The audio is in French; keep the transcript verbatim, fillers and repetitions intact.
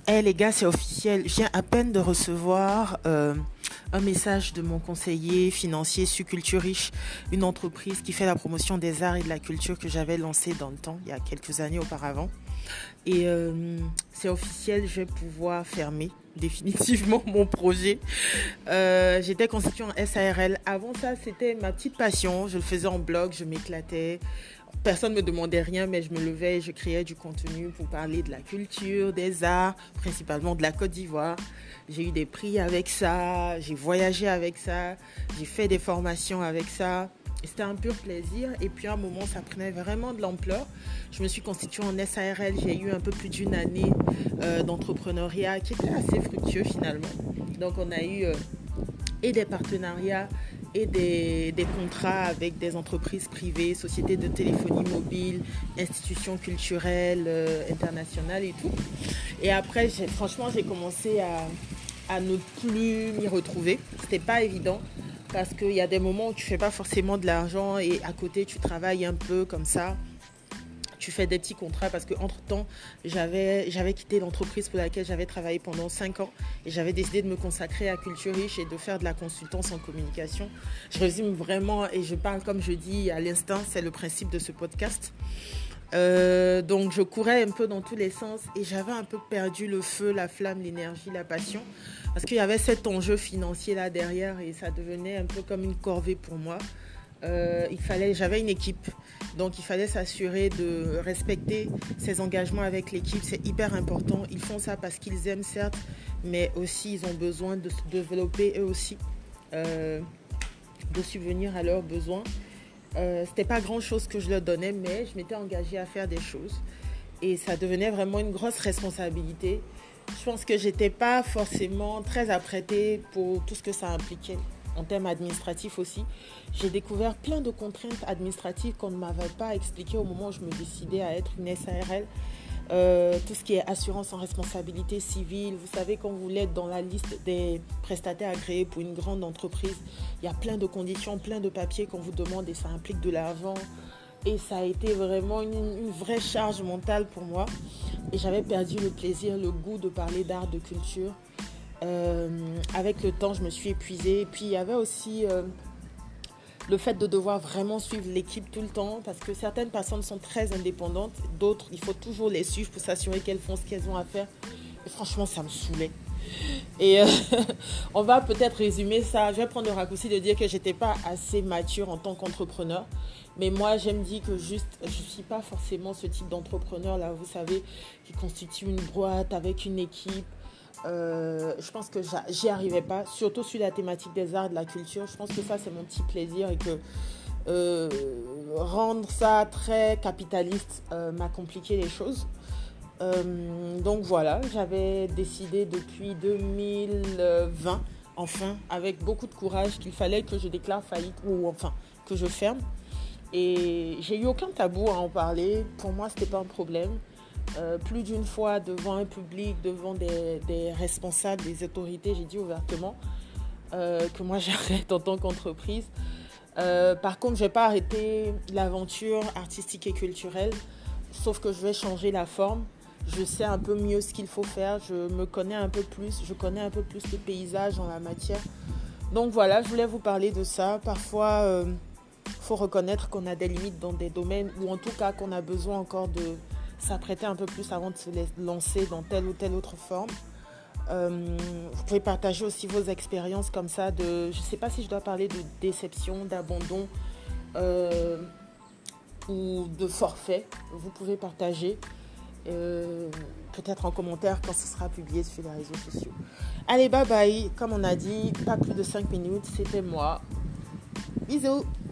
Eh les gars, c'est officiel. Je viens à peine de recevoir euh, un message de mon conseiller financier sur Culture Riche, une entreprise qui fait la promotion des arts et de la culture que j'avais lancée dans le temps, il y a quelques années auparavant. Et euh, c'est officiel, je vais pouvoir fermer définitivement mon projet. Euh, j'étais constituée en S A R L. Avant ça, c'était ma petite passion. Je le faisais en blog, je m'éclatais. Personne ne me demandait rien, mais je me levais et je créais du contenu pour parler de la culture, des arts, principalement de la Côte d'Ivoire. J'ai eu des prix avec ça, j'ai voyagé avec ça, j'ai fait des formations avec ça. C'était un pur plaisir. Et puis à un moment, ça prenait vraiment de l'ampleur. Je me suis constituée en S A R L. J'ai eu un peu plus d'une année euh, d'entrepreneuriat qui était assez fructueux finalement. Donc on a eu euh, et des partenariats et des, des contrats avec des entreprises privées, sociétés de téléphonie mobile, institutions culturelles euh, internationales et tout. Et après, j'ai, franchement, j'ai commencé à, à ne plus m'y retrouver. C'était pas évident. Parce qu'il y a des moments où tu ne fais pas forcément de l'argent et à côté, tu travailles un peu comme ça. Tu fais des petits contrats parce qu'entre-temps, j'avais, j'avais quitté l'entreprise pour laquelle j'avais travaillé pendant cinq ans et j'avais décidé de me consacrer à Culture Riche et de faire de la consultance en communication. Je résume vraiment et je parle comme je dis à l'instant, c'est le principe de ce podcast. Euh, donc je courais un peu dans tous les sens et j'avais un peu perdu le feu, la flamme, l'énergie, la passion parce qu'il y avait cet enjeu financier là derrière et ça devenait un peu comme une corvée pour moi. Euh, il fallait, j'avais une équipe, donc il fallait s'assurer de respecter ses engagements avec l'équipe, c'est hyper important. Ils font ça parce qu'ils aiment certes, mais aussi ils ont besoin de se développer eux aussi, euh, de subvenir à leurs besoins. Euh, c'était pas grand chose que je leur donnais, mais je m'étais engagée à faire des choses et ça devenait vraiment une grosse responsabilité. Je pense que j'étais pas forcément très apprêtée pour tout ce que ça impliquait en termes administratifs aussi. J'ai découvert plein de contraintes administratives qu'on ne m'avait pas expliquées au moment où je me décidais à être une S A R L. Euh, tout ce qui est assurance en responsabilité civile, vous savez, quand vous êtes dans la liste des prestataires agréés pour une grande entreprise, il y a plein de conditions, plein de papiers qu'on vous demande et ça implique de l'argent. Et ça a été vraiment une, une vraie charge mentale pour moi. Et j'avais perdu le plaisir, le goût de parler d'art, de culture. Euh, avec le temps, je me suis épuisée. Et puis, il y avait aussi euh, le fait de devoir vraiment suivre l'équipe tout le temps. Parce que certaines personnes sont très indépendantes. D'autres, il faut toujours les suivre pour s'assurer qu'elles font ce qu'elles ont à faire. Et franchement, ça me saoulait. Et euh, on va peut-être résumer ça. Je vais prendre le raccourci de dire que je n'étais pas assez mature en tant qu'entrepreneur. Mais moi, j'aime dire que juste, je ne suis pas forcément ce type d'entrepreneur-là, vous savez, qui constitue une boîte avec une équipe. Euh, je pense que j'y arrivais pas, surtout sur la thématique des arts et de la culture. Je pense que ça, c'est mon petit plaisir et que euh, rendre ça très capitaliste euh, m'a compliqué les choses. Euh, donc voilà, j'avais décidé depuis deux mille vingt, enfin, avec beaucoup de courage, qu'il fallait que je déclare faillite ou enfin que je ferme. Et j'ai eu aucun tabou à en parler. Pour moi, c'était pas un problème. Euh, plus d'une fois devant un public, devant des, des responsables, des autorités, j'ai dit ouvertement euh, que moi j'arrête en tant qu'entreprise. Euh, par contre, je vais pas arrêter l'aventure artistique et culturelle, sauf que je vais changer la forme. Je sais un peu mieux ce qu'il faut faire, je me connais un peu plus, je connais un peu plus le paysage en la matière. Donc voilà, je voulais vous parler de ça. Parfois, euh, faut reconnaître qu'on a des limites dans des domaines ou en tout cas qu'on a besoin encore de s'apprêter un peu plus avant de se lancer dans telle ou telle autre forme. Euh, vous pouvez partager aussi vos expériences comme ça de, je ne sais pas si je dois parler de déception, d'abandon euh, ou de forfait. Vous pouvez partager euh, peut-être en commentaire quand ce sera publié sur les réseaux sociaux. Allez, bye bye. Comme on a dit, pas plus de cinq minutes, c'était moi. Bisous.